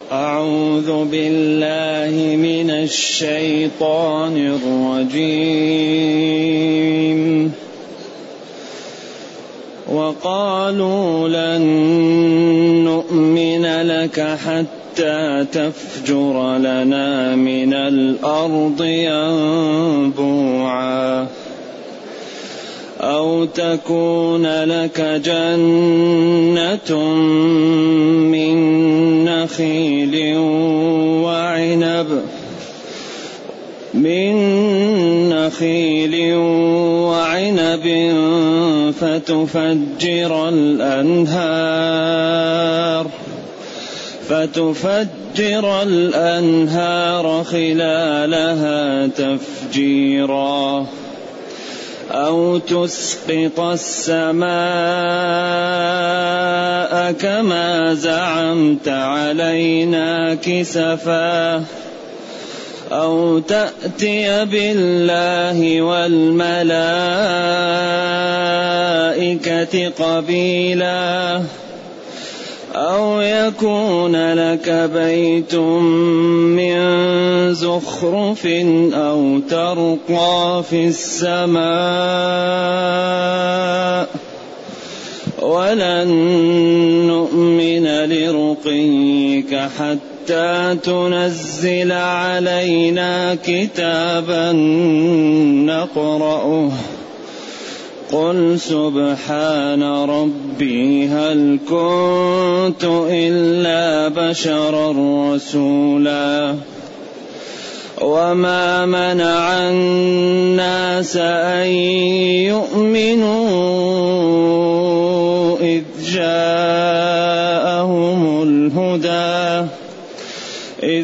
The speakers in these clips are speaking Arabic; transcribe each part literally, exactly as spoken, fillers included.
أعوذ بالله من الشيطان الرجيم. وقالوا لن نؤمن لك حتى تفجر لنا من الأرض ينبوعا أو تكون لك جنة من نخيل وعنب من نخيل وعنب فتفجر الأنهار فتفجر الأنهار خلالها تفجيرا أو تسقط السماء كما زعمت علينا كسفا أو تأتي بالله والملائكة قبيلا أو يكون لك بيت من زخرف أو ترقى في السماء ولن نؤمن لرقيك حتى تنزل علينا كتابا نقرأه قل سبحان ربي هل كنت إلا بشرا رسولا وما منع الناس أن يؤمنوا إذ جاءهم الهدى إذ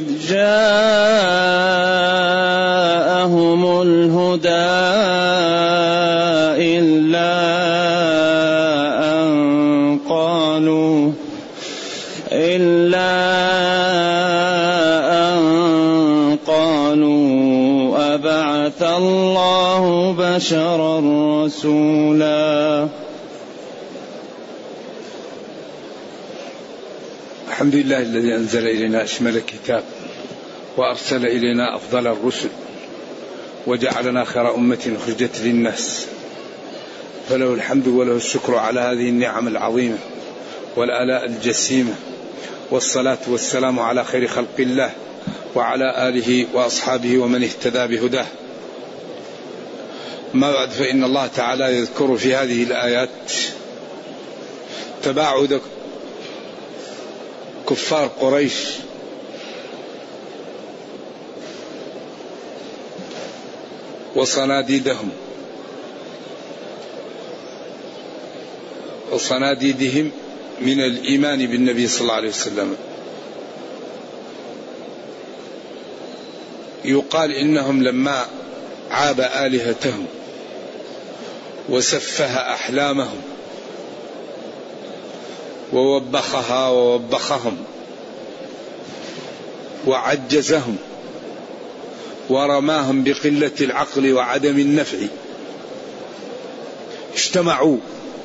جاءهم الهدى إلا أن قالوا إلا أن قالوا أبعث الله بشرا رسولا. الحمد لله الذي أنزل إلينا أشمل الكتاب وأرسل إلينا أفضل الرسل وجعلنا خير أمة أخرجت للناس، فله الحمد وله الشكر على هذه النعم العظيمة والآلاء الجسيمة، والصلاة والسلام على خير خلق الله وعلى آله وأصحابه ومن اهتدى بهداه. ما بعد، فإن الله تعالى يذكر في هذه الآيات تباعد كفار قريش وصناديدهم وصناديدهم من الإيمان بالنبي صلى الله عليه وسلم. يقال إنهم لما عاب آلهتهم وسفه أحلامهم ووبخها ووبخهم وعجزهم ورماهم بقلة العقل وعدم النفع، اجتمعوا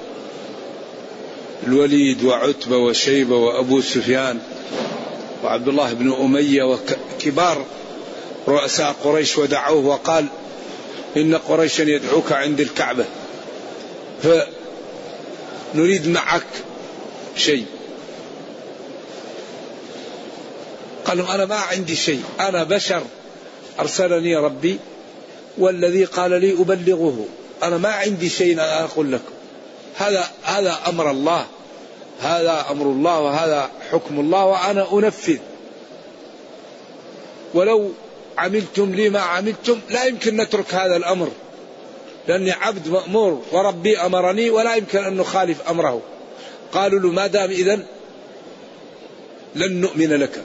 الوليد وعتبة وشيبة وأبو سفيان وعبد الله بن أمية وكبار رؤساء قريش ودعوه وقال إن قريشا يدعوك عند الكعبة فنريد معك شيء. قالوا أنا ما عندي شيء، أنا بشر أرسلني ربي والذي قال لي أبلغه، أنا ما عندي شيء أنا أقول لكم، هذا هذا أمر الله، هذا أمر الله وهذا حكم الله وأنا أنفذ، ولو عملتم لي ما عملتم لا يمكن نترك هذا الأمر، لأني عبد مأمور وربي أمرني ولا يمكن أن نخالف أمره. قالوا له ما دام إذن لن نؤمن لك.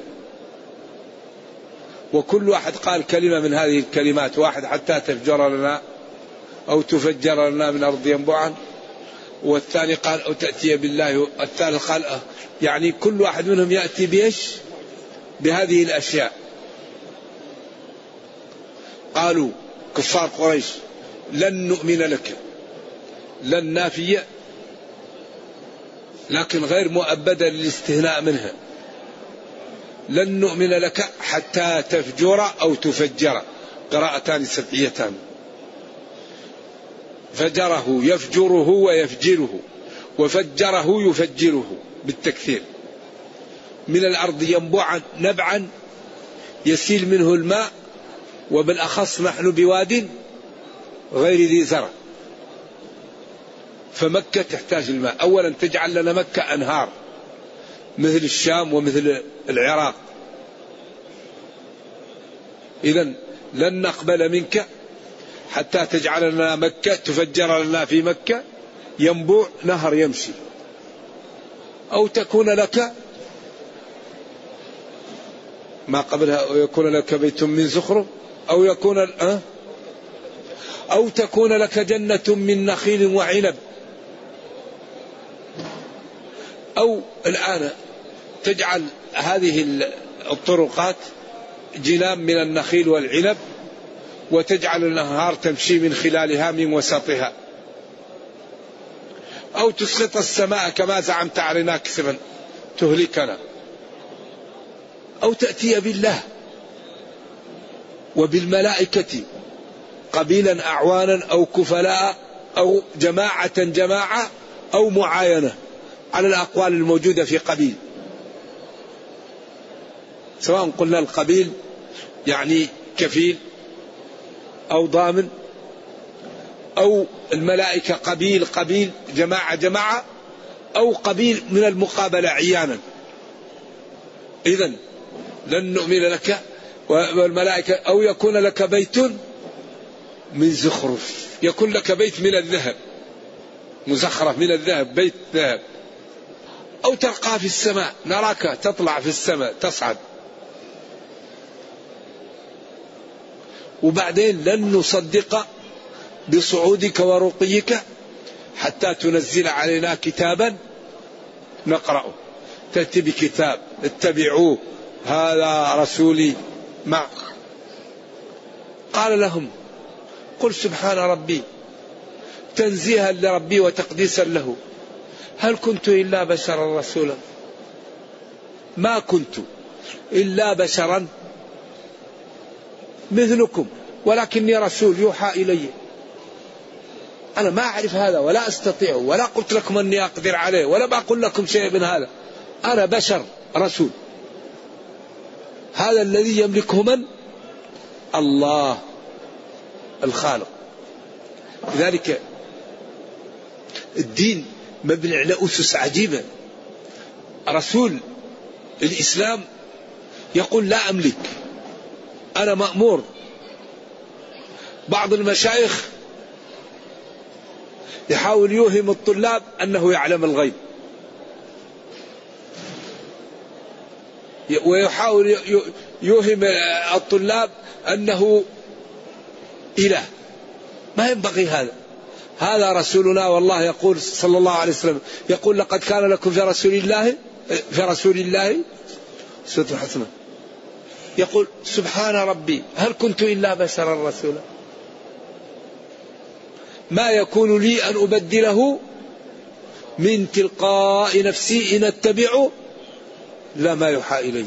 وكل واحد قال كلمة من هذه الكلمات، واحد حتى تفجر لنا أو تفجر لنا من أرض ينبوعا، والثاني قال أو تأتي بالله، والثالث قال أه. يعني كل واحد منهم يأتي بيش بهذه الأشياء. قالوا كفار قريش لن نؤمن لك، لن نافية لكن غير مؤبدة للاستهناء منها، لن نؤمن لك حتى تفجر أو تفجر، قراءتان سبعيتان. فجره يفجره ويفجره، وفجره يفجره بالتكثير. من الأرض ينبوعا نبعا يسيل منه الماء، وبالأخص نحن بواد غير ذي زرع، فمكة تحتاج الماء. أولا تجعل لنا مكة أنهار مثل الشام ومثل العراق. إذن لن نقبل منك حتى تجعل لنا مكة، تفجر لنا في مكة ينبوع نهر يمشي، أو تكون لك ما قبلها، أو يكون لك بيت من زخرف، أو يكون أه أو تكون لك جنة من نخيل وعنب، أو الآن تجعل هذه الطرقات جنان من النخيل والعنب، وتجعل الأنهار تمشي من خلالها من وسطها، أو تسقط السماء كما زعمت علينا كسبا تهلكنا، أو تأتي بالله وبالملائكة قبيلا أعوانا أو كفلاء أو جماعة جماعة أو معاينة على الأقوال الموجودة في قبيل. سواء قلنا القبيل يعني كفيل أو ضامن، أو الملائكة قبيل قبيل جماعة جماعة، أو قبيل من المقابلة عيانا. إذن لن نؤمن لك والملائكة، أو يكون لك بيت من زخرف، يكون لك بيت من الذهب مزخرف من الذهب، بيت ذهب، أو ترقى في السماء، نراك تطلع في السماء تصعد. وبعدين لن نصدق بصعودك ورقيك حتى تنزل علينا كتابا نقرأه. تأتي بكتاب اتبعوه هذا رسولي مع. قال لهم قل سبحان ربي تنزيها لربي وتقديسا له، هل كنت إلا بشرا رسولا؟ ما كنت إلا بشرا مثلكم ولكني رسول يوحى إلي. أنا ما أعرف هذا ولا أستطيع، ولا قلت لكم أني أقدر عليه، ولا بقول لكم شيء من هذا. أنا بشر رسول. هذا الذي يملكه من؟ الله الخالق. لذلك الدين مبني على أسس عجيبة. رسول الإسلام يقول لا أملك، أنا مأمور. بعض المشايخ يحاول يوهم الطلاب أنه يعلم الغيب، ويحاول يوهم الطلاب أنه إله. ما ينبغي هذا. هذا رسولنا، والله يقول صلى الله عليه وسلم، يقول لقد كان لكم في رسول الله في رسول الله أسوة حسنة. يقول سبحان ربي هل كنت إلا بشرا رسولا؟ ما يكون لي أن أبدله من تلقاء نفسي إن أتبع لا ما يوحى إلي.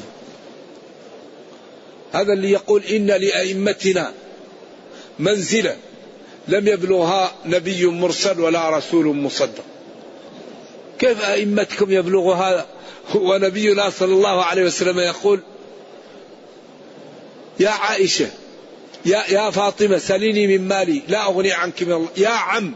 هذا اللي يقول إن لأئمتنا منزلة لم يبلغها نبي مرسل ولا رسول مصدق. كيف أئمتكم يبلغ هذا ونبينا صلى الله عليه وسلم يقول يا عائشة يا يا فاطمة سليني من مالي لا أغني عنك من الله يا عم.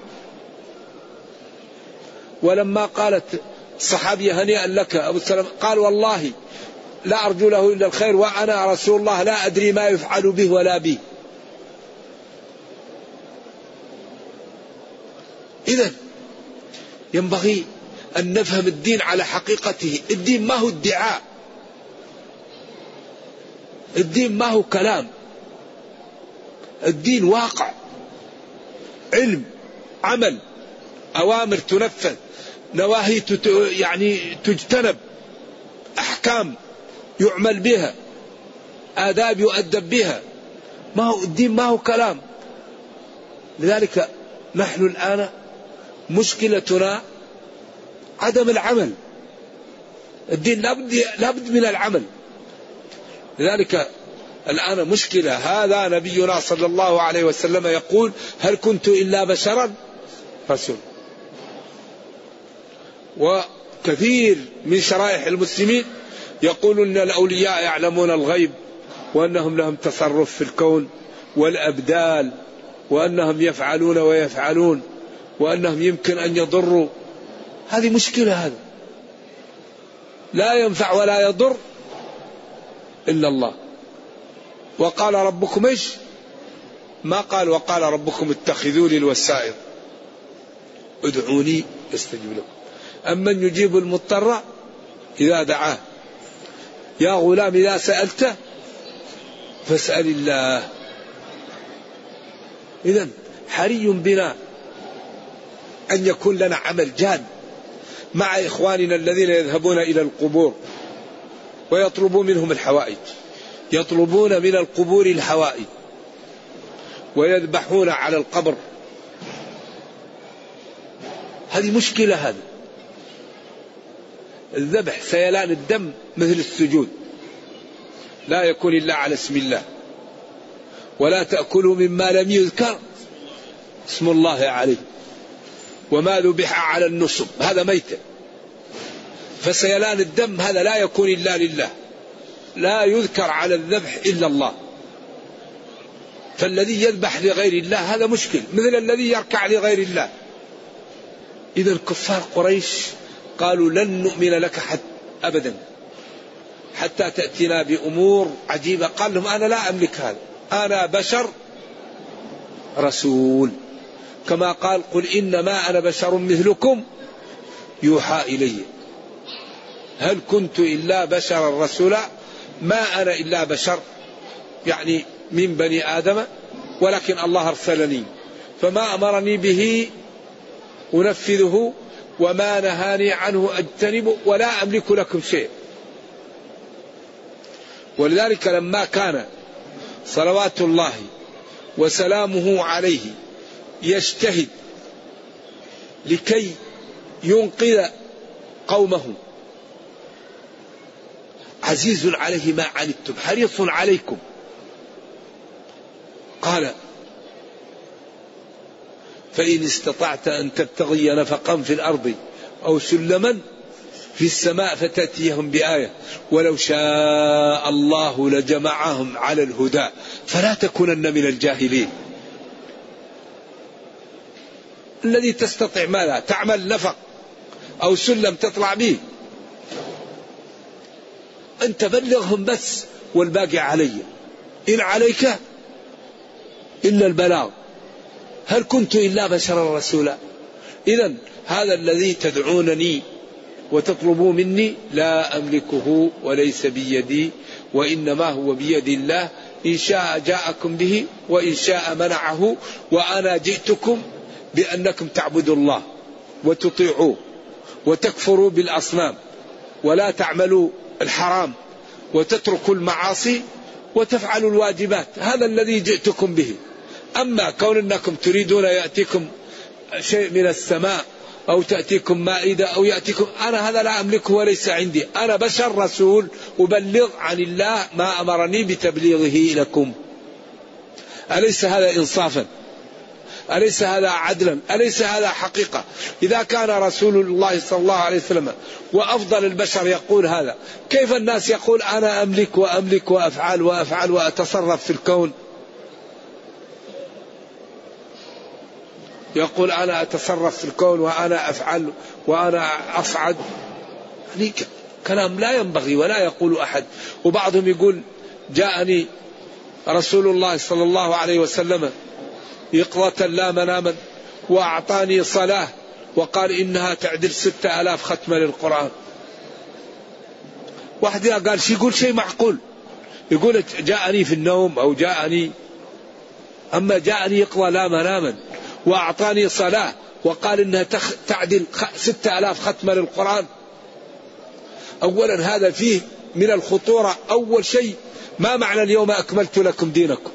ولما قالت الصحابية هنيئا لك أبو السلام قال والله لا أرجو له إلا الخير وأنا رسول الله لا أدري ما يفعل به ولا بي. إذن ينبغي أن نفهم الدين على حقيقته. الدين ما هو ادعاء، الدين ما هو كلام، الدين واقع، علم، عمل، أوامر تنفذ، نواهي تت... يعني تجتنب، أحكام يعمل بها، آداب يؤدب بها. ما هو الدين ما هو كلام. لذلك نحن الآن مشكلتنا عدم العمل. الدين لابد لابد من العمل. لذلك الآن مشكلة. هذا نبينا صلى الله عليه وسلم يقول هل كنت إلا بشرا رسول. وكثير من شرائح المسلمين يقولون أن الأولياء يعلمون الغيب وأنهم لهم تصرف في الكون والأبدال وأنهم يفعلون ويفعلون وأنهم يمكن أن يضروا. هذه مشكلة. هذا لا ينفع ولا يضر إلا الله. وقال ربكم إيش؟ ما قال وقال ربكم اتخذوني الوسائط ادعوني استجب لكم أمن يجيب المضطر إذا دعاه يا غلام إذا سألته فاسأل الله. إذن حري بنا أن يكون لنا عمل جاد مع إخواننا الذين يذهبون إلى القبور ويطلبون منهم الحوائج، يطلبون من القبور الحوائج ويذبحون على القبر. هذه مشكلة. هذا الذبح سيلان الدم مثل السجود، لا يكون إلا على اسم الله. ولا تأكلوا مما لم يذكر اسم الله عليه وما ذبح على النصب هذا ميتة. فسيلان الدم هذا لا يكون إلا لله، لا يذكر على الذبح إلا الله. فالذي يذبح لغير الله هذا مشكل، مثل الذي يركع لغير الله. إذا كفار قريش قالوا لن نؤمن لك حتى أبدا حتى تأتينا بأمور عجيبة. قال لهم أنا لا أملك هذا، أنا بشر رسول، كما قال قل إنما أنا بشر مثلكم يوحى إلي. هل كنت إلا بشرا رسولا؟ ما أنا إلا بشر يعني من بني آدم، ولكن الله أرسلني فما أمرني به أنفذه وما نهاني عنه أجتنبه ولا أملك لكم شيء. ولذلك لما كان صلوات الله وسلامه عليه يجتهد لكي ينقذ قومه عزيز عليه ما عنتم حريص عليكم، قال فإن استطعت أن تبتغي نفقا في الأرض أو سلما في السماء فتأتيهم بآية ولو شاء الله لجمعهم على الهدى فلا تكونن من الجاهلين. الذي تستطيع ماذا؟ تعمل نفق أو سلم تطلع به، أنت بلغهم بس والباقي علي، إن عليك إلا البلاغ، هل كنت إلا بشرا رسولا. إذن هذا الذي تدعونني وتطلبوا مني لا أملكه وليس بيدي وإنما هو بيد الله، إن شاء جاءكم به وإن شاء منعه، وأنا جئتكم بأنكم تعبدوا الله وتطيعوه وتكفروا بالأصنام ولا تعملوا الحرام وتتركوا المعاصي وتفعلوا الواجبات، هذا الذي جئتكم به. أما كون أنكم تريدون يأتيكم شيء من السماء أو تأتيكم مائدة أو يأتيكم، أنا هذا لا أملكه وليس عندي، أنا بشر رسول أبلغ عن الله ما أمرني بتبليغه لكم. أليس هذا إنصافا؟ أليس هذا عدلا؟ أليس هذا حقيقة؟ إذا كان رسول الله صلى الله عليه وسلم وأفضل البشر يقول هذا، كيف الناس يقول أنا أملك وأملك وأفعل وأفعل وأتصرف في الكون؟ يقول أنا أتصرف في الكون وأنا أفعل وأنا أصعد، يعني كلام لا ينبغي ولا يقول أحد. وبعضهم يقول جاءني رسول الله صلى الله عليه وسلم يقظة لا مناما وأعطاني صلاة وقال إنها تعدل ستة آلاف ختمة للقرآن. واحد قال شي يقول شيء معقول، يقول جاءني في النوم أو جاءني، أما جاءني يقظة لا مناما وأعطاني صلاة وقال إنها تعدل ستة آلاف ختمة للقرآن. أولا هذا فيه من الخطورة. أول شيء ما معنى اليوم أكملت لكم دينكم،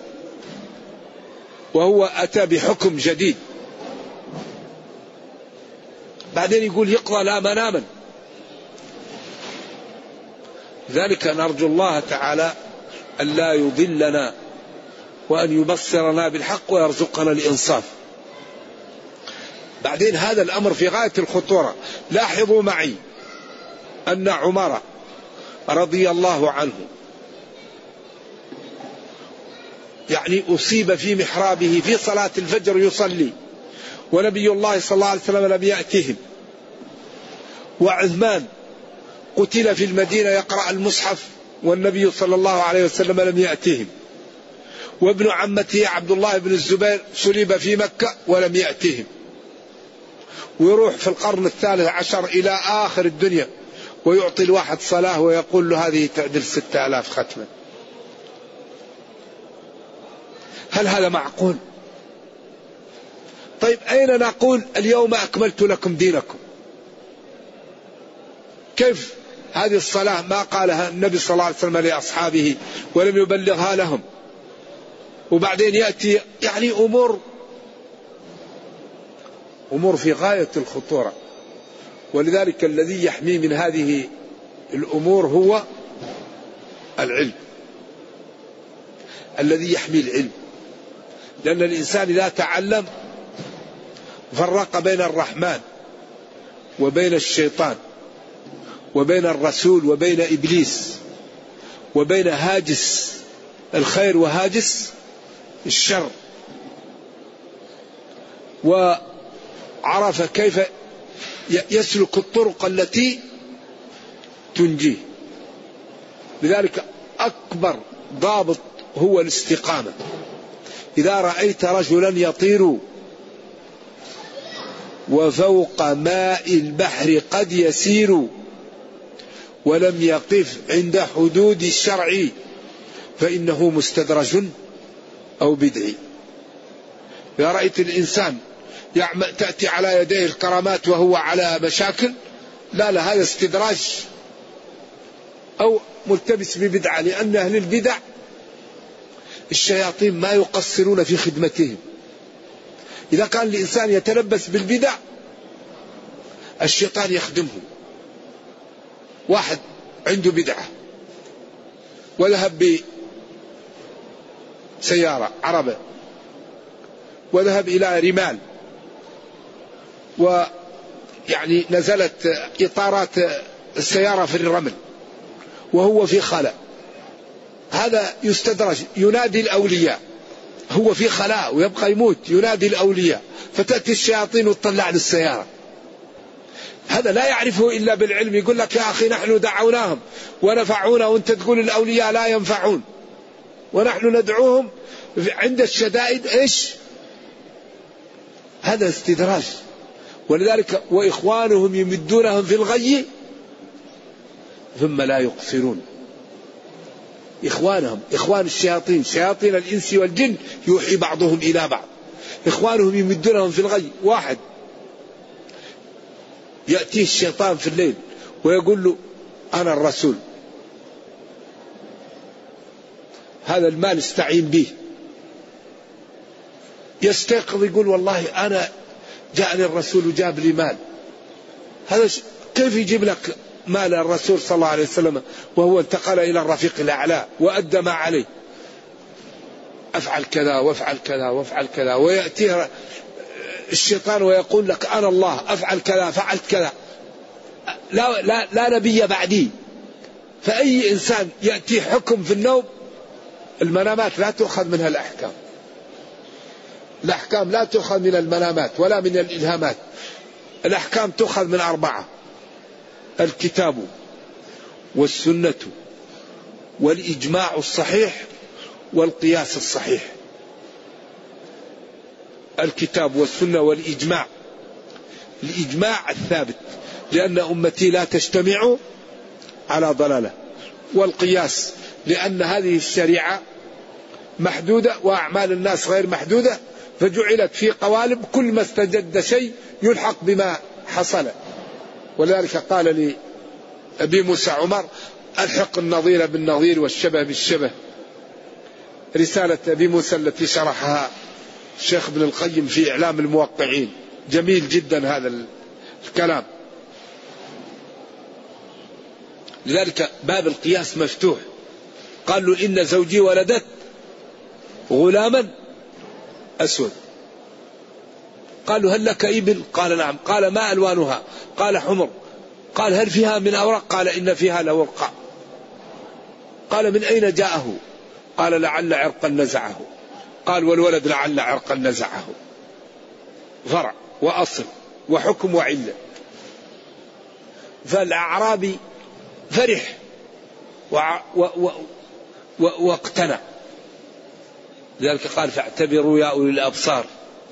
وهو أتى بحكم جديد. بعدين يقول يقضى لا مناما. ذلك نرجو الله تعالى أن لا يضلنا وأن يبصرنا بالحق ويرزقنا الإنصاف. بعدين هذا الأمر في غاية الخطورة. لاحظوا معي أن عمر رضي الله عنه يعني أصيب في محرابه في صلاة الفجر يصلي، ونبي الله صلى الله عليه وسلم لم يأتهم، وعثمان قتل في المدينة يقرأ المصحف والنبي صلى الله عليه وسلم لم يأتهم، وابن عمته عبد الله بن الزبير صلب في مكة ولم يأتهم، ويروح في القرن الثالث عشر إلى آخر الدنيا ويعطي الواحد صلاة ويقول له هذه تعدل ستة آلاف ختمة. هل هذا معقول؟ طيب أين نقول اليوم أكملت لكم دينكم؟ كيف هذه الصلاة ما قالها النبي صلى الله عليه وسلم لأصحابه ولم يبلغها لهم، وبعدين يأتي يعني أمور أمور في غاية الخطورة. ولذلك الذي يحمي من هذه الأمور هو العلم، الذي يحمي العلم، لأن الإنسان إذا تعلم فرق بين الرحمن وبين الشيطان وبين الرسول وبين إبليس وبين هاجس الخير وهاجس الشر، وعرف كيف يسلك الطرق التي تنجيه. لذلك أكبر ضابط هو الاستقامة. إذا رأيت رجلا يطير وفوق ماء البحر قد يسير ولم يقف عند حدود الشرع فإنه مستدرج أو بدعي. إذا رأيت الإنسان تأتي على يديه الكرامات وهو على مشاكل، لا لا هذا استدراج أو ملتبس ببدعة، لأن أهل البدع الشياطين ما يقصرون في خدمتهم. إذا كان الإنسان يتلبس بالبدع الشيطان يخدمه. واحد عنده بدعة وذهب بسيارة عربة وذهب إلى رمال ويعني نزلت إطارات السيارة في الرمل وهو في خلاء، هذا يستدرج ينادي الأولياء، هو في خلاء ويبقى يموت ينادي الأولياء، فتأتي الشياطين وتطلع للسيارة. هذا لا يعرفه إلا بالعلم، يقول لك يا أخي نحن دعوناهم ونفعونا وأنت تقول الأولياء لا ينفعون، ونحن ندعوهم عند الشدائد إيش؟ هذا استدراج. ولذلك وإخوانهم يمدونهم في الغي ثم لا يقصرون. إخوانهم إخوان الشياطين شياطين الإنس والجن يوحي بعضهم إلى بعض، إخوانهم يمدونهم في الغي. واحد يأتيه الشيطان في الليل ويقول له أنا الرسول، هذا المال استعين به، يستيقظ يقول والله أنا جاءني الرسول وجاب لي مال. هذا كيف يجيب لك مال الرسول صلى الله عليه وسلم وهو انتقل إلى الرفيق الأعلى وأدى ما عليه؟ أفعل كذا وافعل كذا وافعل كذا، ويأتيه الشيطان ويقول لك أنا الله أفعل كذا فعلت كذا، لا, لا, لا نبي بعدي. فأي إنسان يأتي حكم في النوم، المنامات لا تؤخذ منها الأحكام، الأحكام لا تؤخذ من المنامات ولا من الإلهامات، الأحكام تؤخذ من أربعة: الكتاب والسنة والإجماع الصحيح والقياس الصحيح. الكتاب والسنة والإجماع، الإجماع الثابت لأن أمتي لا تجتمع على ضلالة، والقياس لأن هذه الشريعة محدودة وأعمال الناس غير محدودة، فجعلت في قوالب كل ما استجد شيء يلحق بما حصل. ولذلك قال لأبي موسى عمر ألحق النظير بالنظير والشبه بالشبه. رسالة أبي موسى التي شرحها الشيخ ابن القيم في إعلام الموقعين، جميل جدا هذا الكلام. لذلك باب القياس مفتوح، قال له إن زوجي ولدت غلاما أسود. قال له هل لك إبل؟ قال نعم. قال ما ألوانها؟ قال حمر. قال هل فيها من أورق؟ قال إن فيها لورقا. قال من أين جاءه؟ قال لعل عرقا نزعه. قال والولد لعل عرقا نزعه. فرع وأصل وحكم وعلة. فالأعرابي فرح واقتنع. لذلك قال فاعتبروا يا أولي الأبصار.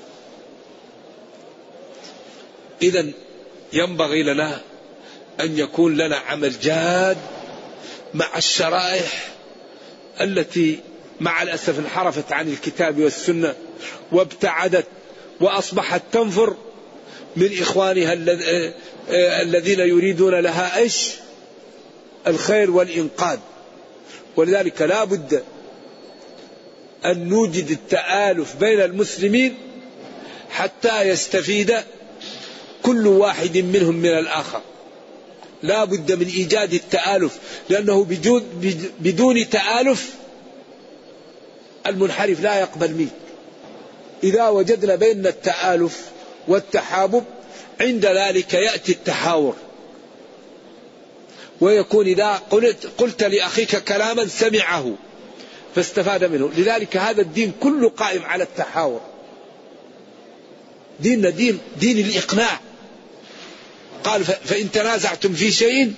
إذن ينبغي لنا أن يكون لنا عمل جاد مع الشرائح التي مع الأسف انحرفت عن الكتاب والسنة وابتعدت وأصبحت تنفر من إخوانها الذين يريدون لها إيش؟ الخير والإنقاذ. ولذلك لا بد أن نوجد التآلف بين المسلمين حتى يستفيد كل واحد منهم من الآخر. لا بد من إيجاد التآلف، لأنه بدون تآلف المنحرف لا يقبل منه. إذا وجدنا بين التآلف والتحابب عند ذلك يأتي التحاور، ويكون إذا قلت, قلت لأخيك كلاما سمعه فاستفاد منه. لذلك هذا الدين كله قائم على التحاور. ديننا دين, دين الإقناع. قال فإن تنازعتم في شيء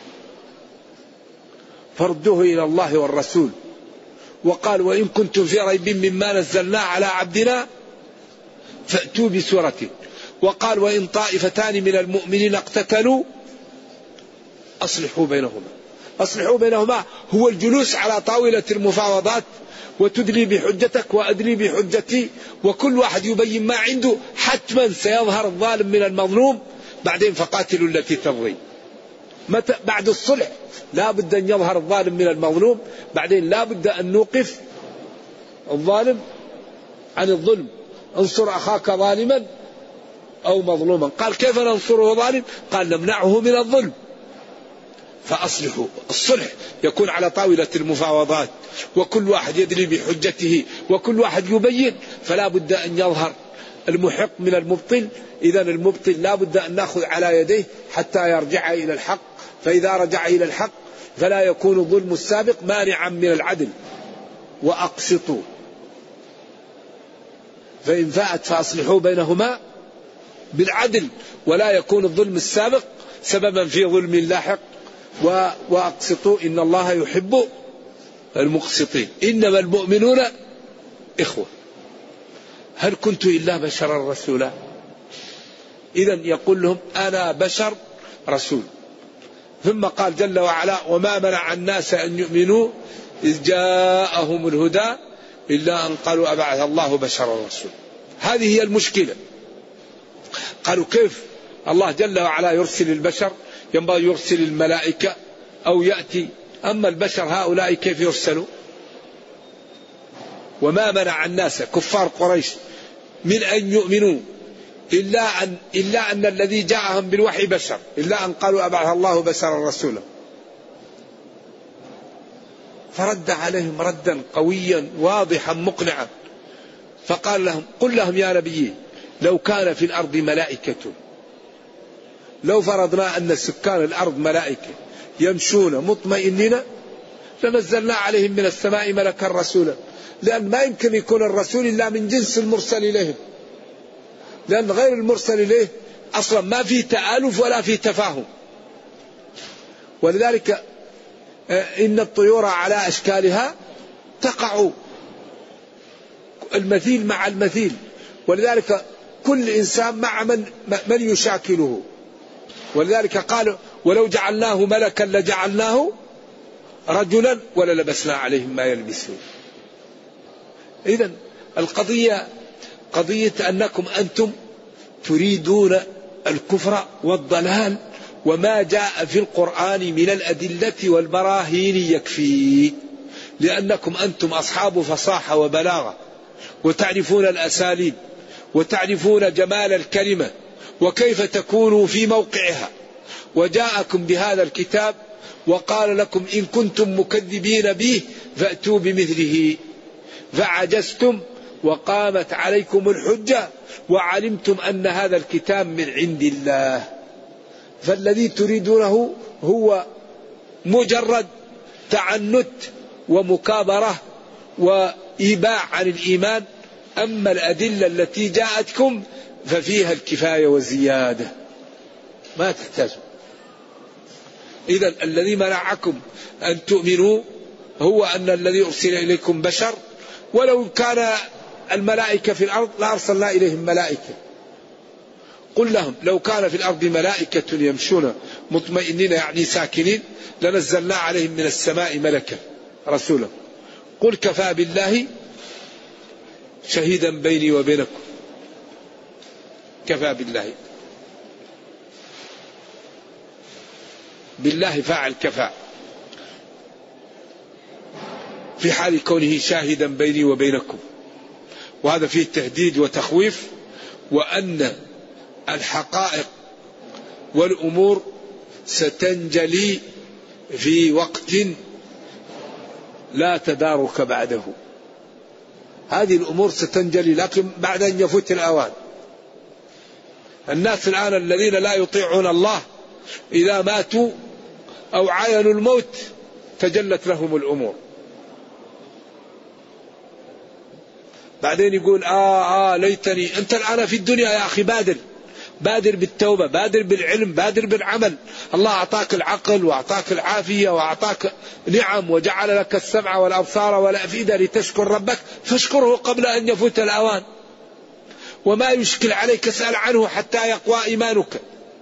فردوه إلى الله والرسول. وقال وإن كنتم في ريب مما نزلنا على عبدنا فأتوا بسورة. وقال وإن طائفتان من المؤمنين اقتتلوا أصلحوا بينهما. أصلحوا بينهما هو الجلوس على طاولة المفاوضات وتدلي بحجتك وأدلي بحجتي، وكل واحد يبين ما عنده. حتما سيظهر الظالم من المظلوم، بعدين فقاتلوا التي تبغي. متى؟ بعد الصلح لا بد أن يظهر الظالم من المظلوم، بعدين لا بد أن نوقف الظالم عن الظلم. انصر أخاك ظالما أو مظلوما. قال كيف ننصره ظالم؟ قال نمنعه من الظلم. فأصلحوا. الصلح يكون على طاولة المفاوضات وكل واحد يدري بحجته وكل واحد يبين، فلا بد أن يظهر المحق من المبطل. إذا المبطل لا بد أن نأخذ على يديه حتى يرجع إلى الحق، فإذا رجع إلى الحق فلا يكون ظلم السابق مانعا من العدل. وأقسطوا فإن فاءت فأصلحوا بينهما بالعدل، ولا يكون الظلم السابق سببا في ظلم لاحق. وأقسطوا إن الله يحب المقسطين. إنما المؤمنون إخوة. هل كنت إلا بشرا رسولا؟ إذا يقول لهم أنا بشر رسول. ثم قال جل وعلا وما منع الناس أن يؤمنوا إذ جاءهم الهدى إلا أن قالوا أبعث الله بشرا رسول. هذه هي المشكلة. قالوا كيف الله جل وعلا يرسل البشر؟ ينبغي يرسل الملائكة أو يأتي، أما البشر هؤلاء كيف يرسلوا؟ وما منع الناس كفار قريش من أن يؤمنوا إلا أن, إلا أن الذي جاءهم بالوحي بشر، إلا أن قالوا أبعث الله بشرا رسولا. فرد عليهم ردا قويا واضحا مقنعا، فقال لهم قل لهم يا نبي لو كان في الأرض ملائكة، لو فرضنا أن سكان الأرض ملائكة يمشون مطمئنين لنزلنا عليهم من السماء ملكا رسولا. لأن ما يمكن يكون الرسول إلا من جنس المرسل إليهم، لأن غير المرسل إليه أصلا ما في تآلف ولا في تفاهم. ولذلك إن الطيور على أشكالها تقع المثيل مع المثيل، ولذلك كل إنسان مع من, من يشاكله. ولذلك قالوا ولو جعلناه ملكا لجعلناه رجلا وللبسنا عليهم ما يلبسون. إذن القضية قضية أنكم أنتم تريدون الكفر والضلال، وما جاء في القرآن من الأدلة والبراهين يكفي، لأنكم أنتم أصحاب فصاحة وبلاغة، وتعرفون الأساليب، وتعرفون جمال الكلمة وكيف تكونوا في موقعها. وجاءكم بهذا الكتاب وقال لكم إن كنتم مكذبين به فأتوا بمثله، فعجزتم وقامت عليكم الحجة وعلمتم أن هذا الكتاب من عند الله. فالذي تريدونه هو مجرد تعنت ومكابرة وإيباع عن الإيمان، أما الأدلة التي جاءتكم ففيها الكفاية والزيادة، ما تحتاجوا. إذن الذي منعكم أن تؤمنوا هو أن الذي أرسل إليكم بشر، ولو كان الملائكة في الأرض لأرسلنا إليهم ملائكة. قل لهم لو كان في الأرض ملائكة يمشون مطمئنين يعني ساكنين لنزلنا عليهم من السماء ملكا رسولا. قل كفى بالله شهيدا بيني وبينكم. كفى بالله، بالله فاعل كفى في حال كونه شاهدا بيني وبينكم، وهذا فيه تهديد وتخويف، وأن الحقائق والأمور ستنجلي في وقت لا تدارك بعده. هذه الأمور ستنجلي لكن بعد أن يفوت الأوان. الناس الآن الذين لا يطيعون الله إذا ماتوا أو عاينوا الموت تجلت لهم الأمور، بعدين يقول آه آه ليتني. أنت الآن في الدنيا يا أخي بادر بادر بالتوبة، بادر بالعلم، بادر بالعمل. الله أعطاك العقل وأعطاك العافية وأعطاك نعم وجعل لك السمع والأبصار والأفئدة لتشكر ربك، فاشكره قبل أن يفوت الأوان. وما يشكل عليك اسأل عنه حتى يقوى إيمانك،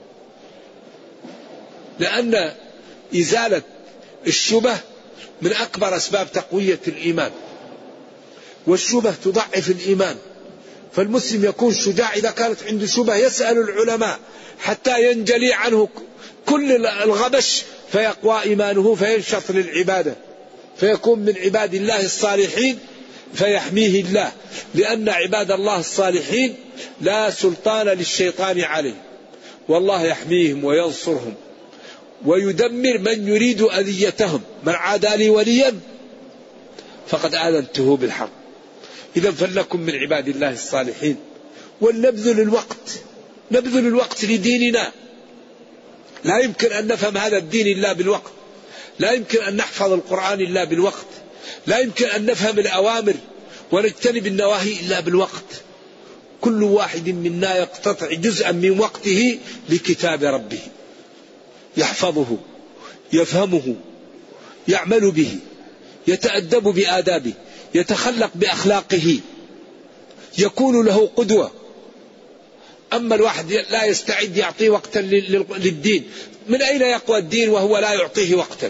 لأن إزالة الشبه من أكبر أسباب تقوية الإيمان، والشبه تضعف الإيمان. فالمسلم يكون شجاع إذا كانت عنده شبه يسأل العلماء حتى ينجلي عنه كل الغبش فيقوى إيمانه فينشط للعبادة، فيكون من عباد الله الصالحين فيحميه الله، لأن عباد الله الصالحين لا سلطان للشيطان عليه، والله يحميهم وينصرهم ويدمر من يريد أذيتهم. من عادى لي وليا فقد آذنته بالحرب. إذا فلنكن من عباد الله الصالحين، ولنبذل الوقت، نبذل الوقت لديننا. لا يمكن أن نفهم هذا الدين إلا بالوقت، لا يمكن أن نحفظ القرآن إلا بالوقت، لا يمكن أن نفهم الأوامر ونجتنب النواهي إلا بالوقت. كل واحد منا يقتطع جزءا من وقته لكتاب ربه، يحفظه، يفهمه، يعمل به، يتأدب بآدابه، يتخلق بأخلاقه، يكون له قدوة. أما الواحد لا يستعد يعطي وقتا للدين، من أين يقوى الدين وهو لا يعطيه وقتا؟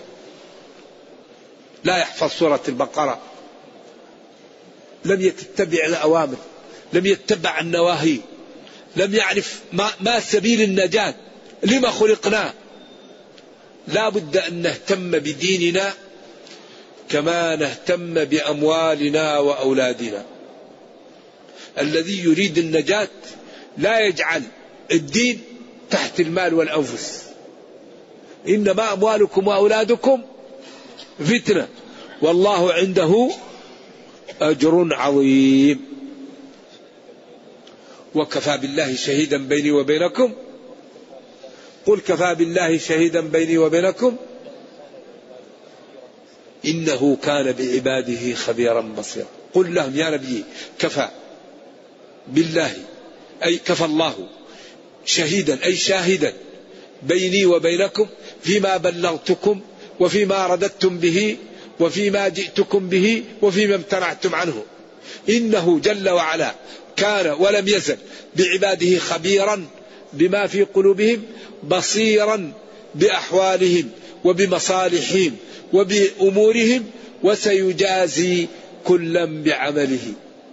لا يحفظ سورة البقرة، لم يتبع الأوامر، لم يتبع النواهي، لم يعرف ما, ما سبيل النجاة، لما خلقنا. لا بد أن نهتم بديننا كما نهتم بأموالنا وأولادنا. الذي يريد النجاة لا يجعل الدين تحت المال والأنفس. إنما أموالكم وأولادكم فتنة والله عنده أجر عظيم. وكفى بالله شهيدا بيني وبينكم. قل كفى بالله شهيدا بيني وبينكم إنه كان بعباده خبيرا بصيرا. قل لهم يا نبي كفى بالله أي كفى الله شهيدا أي شاهدا بيني وبينكم فيما بلغتكم وفيما رددتم به وفيما جئتكم به وفيما امتنعتم عنه. إنه جل وعلا كان ولم يزل بعباده خبيرا بما في قلوبهم بصيرا بأحوالهم وبمصالحهم وبأمورهم وسيجازي كلا بعمله.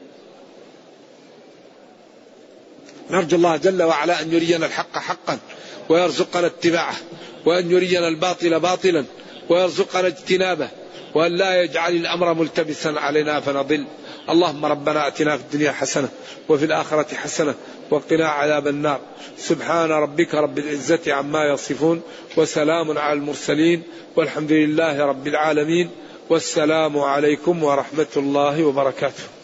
نرجو الله جل وعلا أن يرينا الحق حقا ويرزقنا اتباعه، وأن يرينا الباطل باطلا ويرزقنا اجتنابه، وأن لا يجعل الأمر ملتبسا علينا فنضل. اللهم ربنا أتنا في الدنيا حسنة وفي الآخرة حسنة وقنا عذاب النار. سبحان ربك رب العزة عما يصفون وسلام على المرسلين والحمد لله رب العالمين والسلام عليكم ورحمة الله وبركاته.